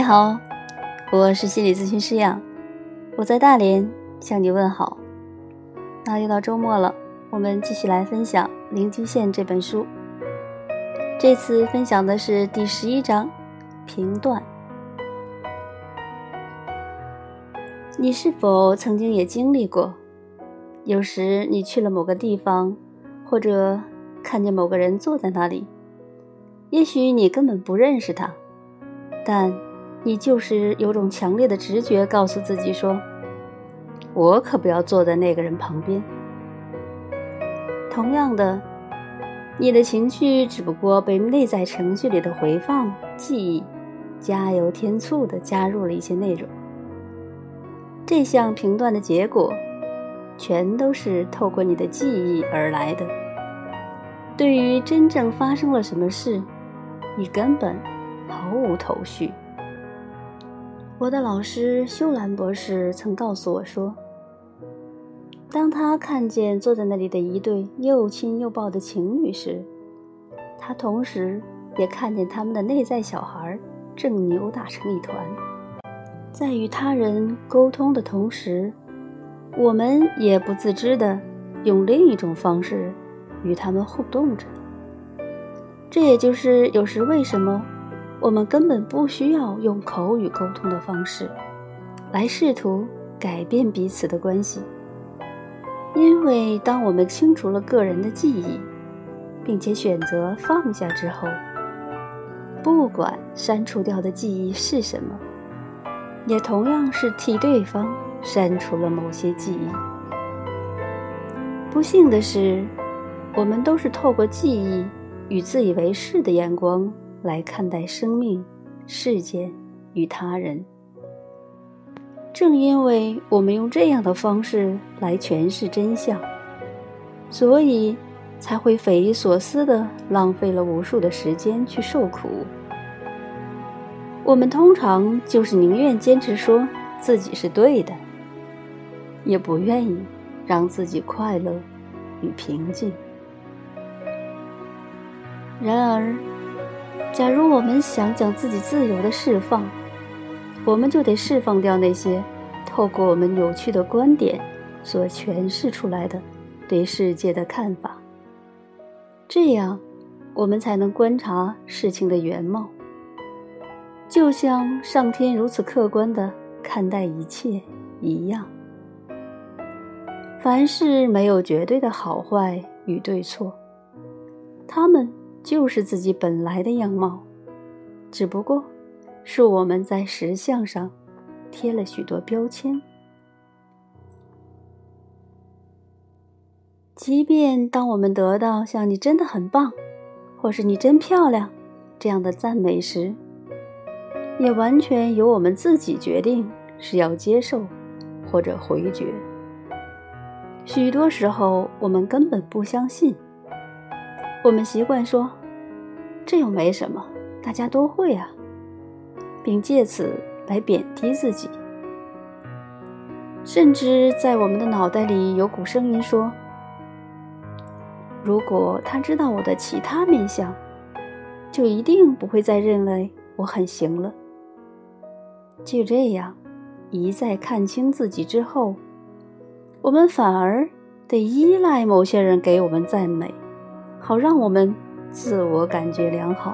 好，我是心理咨询师杨，我在大连向你问好。那又到周末了，我们继续来分享《零极限》这本书。这次分享的是第11章评断。你是否曾经也经历过，有时你去了某个地方，或者看见某个人坐在那里，也许你根本不认识他，但你就是有种强烈的直觉告诉自己说，我可不要坐在那个人旁边。同样的，你的情绪只不过被内在程序里的回放记忆加油添醋地加入了一些内容。这项评断的结果全都是透过你的记忆而来的。对于真正发生了什么事，你根本毫无头绪。我的老师修兰博士曾告诉我说，当他看见坐在那里的一对又亲又抱的情侣时，他同时也看见他们的内在小孩正扭打成一团。在与他人沟通的同时，我们也不自知地用另一种方式与他们互动着。这也就是有时为什么我们根本不需要用口语沟通的方式来试图改变彼此的关系。因为当我们清除了个人的记忆，并且选择放下之后，不管删除掉的记忆是什么，也同样是替对方删除了某些记忆。不幸的是，我们都是透过记忆与自以为是的眼光来看待生命、事件与他人。正因为我们用这样的方式来诠释真相，所以才会匪夷所思地浪费了无数的时间去受苦。我们通常就是宁愿坚持说自己是对的，也不愿意让自己快乐与平静。然而，假如我们想将自己自由地释放，我们就得释放掉那些透过我们扭曲的观点所诠释出来的对世界的看法。这样，我们才能观察事情的原貌，就像上天如此客观地看待一切一样。凡事没有绝对的好坏与对错，它们就是自己本来的样貌，只不过是我们在实相上贴了许多标签。即便当我们得到像你真的很棒，或是你真漂亮这样的赞美时，也完全由我们自己决定是要接受或者回绝。许多时候我们根本不相信，我们习惯说这又没什么，大家都会啊，并借此来贬低自己。甚至在我们的脑袋里有股声音说，如果他知道我的其他面相，就一定不会再认为我很行了。就这样一再看清自己之后，我们反而得依赖某些人给我们赞美，好让我们自我感觉良好，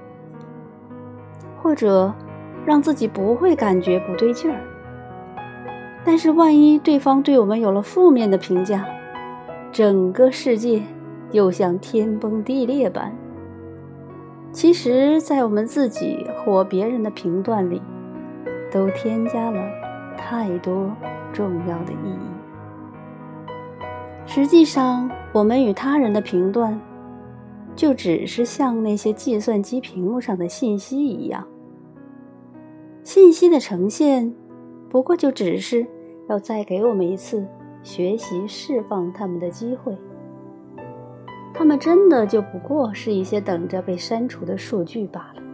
或者让自己不会感觉不对劲儿。但是万一对方对我们有了负面的评价，整个世界又像天崩地裂般。其实在我们自己或别人的评断里，都添加了太多重要的意义。实际上，我们与他人的评断就只是像那些计算机屏幕上的信息一样，信息的呈现不过就只是要再给我们一次学习释放它们的机会。它们真的就不过是一些等着被删除的数据罢了。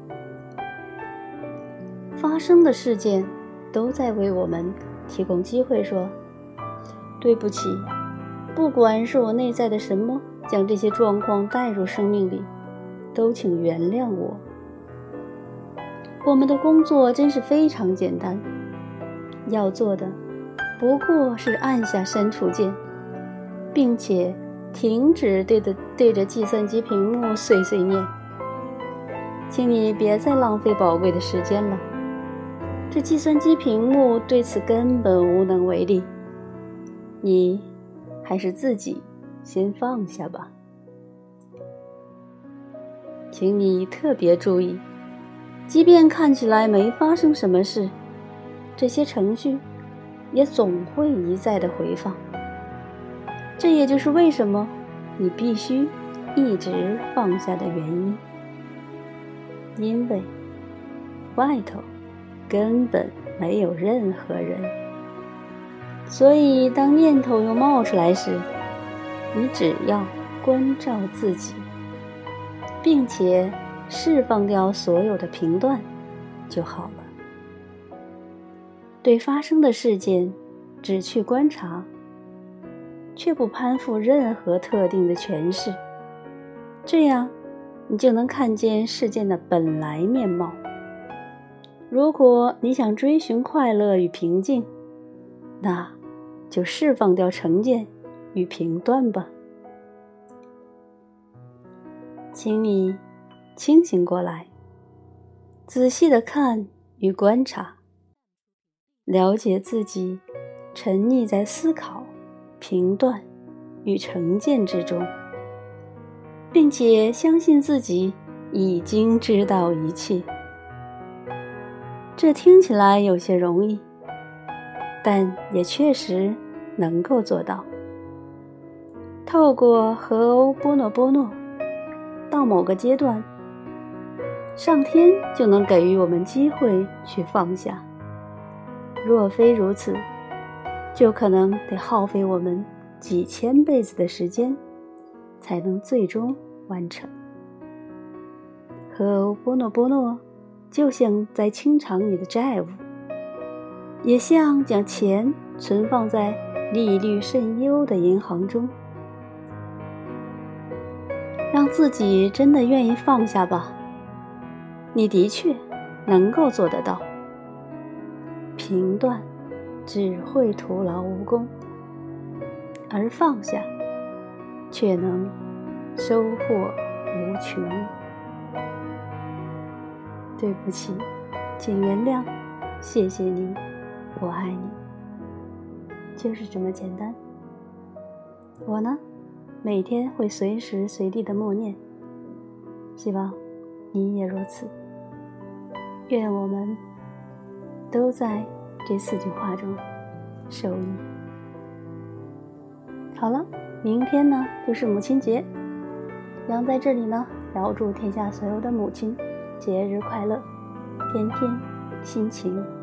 发生的事件都在为我们提供机会说，对不起，不管是我内在的什么将这些状况带入生命里，都请原谅我。 我们的工作真是非常简单，要做的不过是按下删除键，并且停止对着计算机屏幕碎碎念。请你别再浪费宝贵的时间了，这计算机屏幕对此根本无能为力，你还是自己先放下吧。请你特别注意，即便看起来没发生什么事，这些程序也总会一再的回放。这也就是为什么你必须一直放下的原因，因为外头根本没有任何人。所以当念头又冒出来时，你只要关照自己，并且释放掉所有的评断就好了。对发生的事件只去观察，却不攀附任何特定的诠释，这样你就能看见事件的本来面貌。如果你想追寻快乐与平静，那就释放掉成见与评断吧。请你清醒过来，仔细地看与观察，了解自己沉溺在思考、评断与成见之中，并且相信自己已经知道一切。这听起来有些容易，但也确实能够做到。透过和欧波诺波诺，到某个阶段，上天就能给予我们机会去放下。若非如此，就可能得耗费我们几千辈子的时间，才能最终完成。和欧波诺波诺就像在清偿你的债务，也像将钱存放在利率甚优的银行中。让自己真的愿意放下吧，你的确能够做得到。评断只会徒劳无功，而放下却能收获无穷。对不起，请原谅，谢谢你，我爱你，就是这么简单。我呢，每天会随时随地的默念，希望你也如此。愿我们都在这4句话中受益。好了，明天呢就是母亲节，羊在这里呢遥祝天下所有的母亲节日快乐，天天心情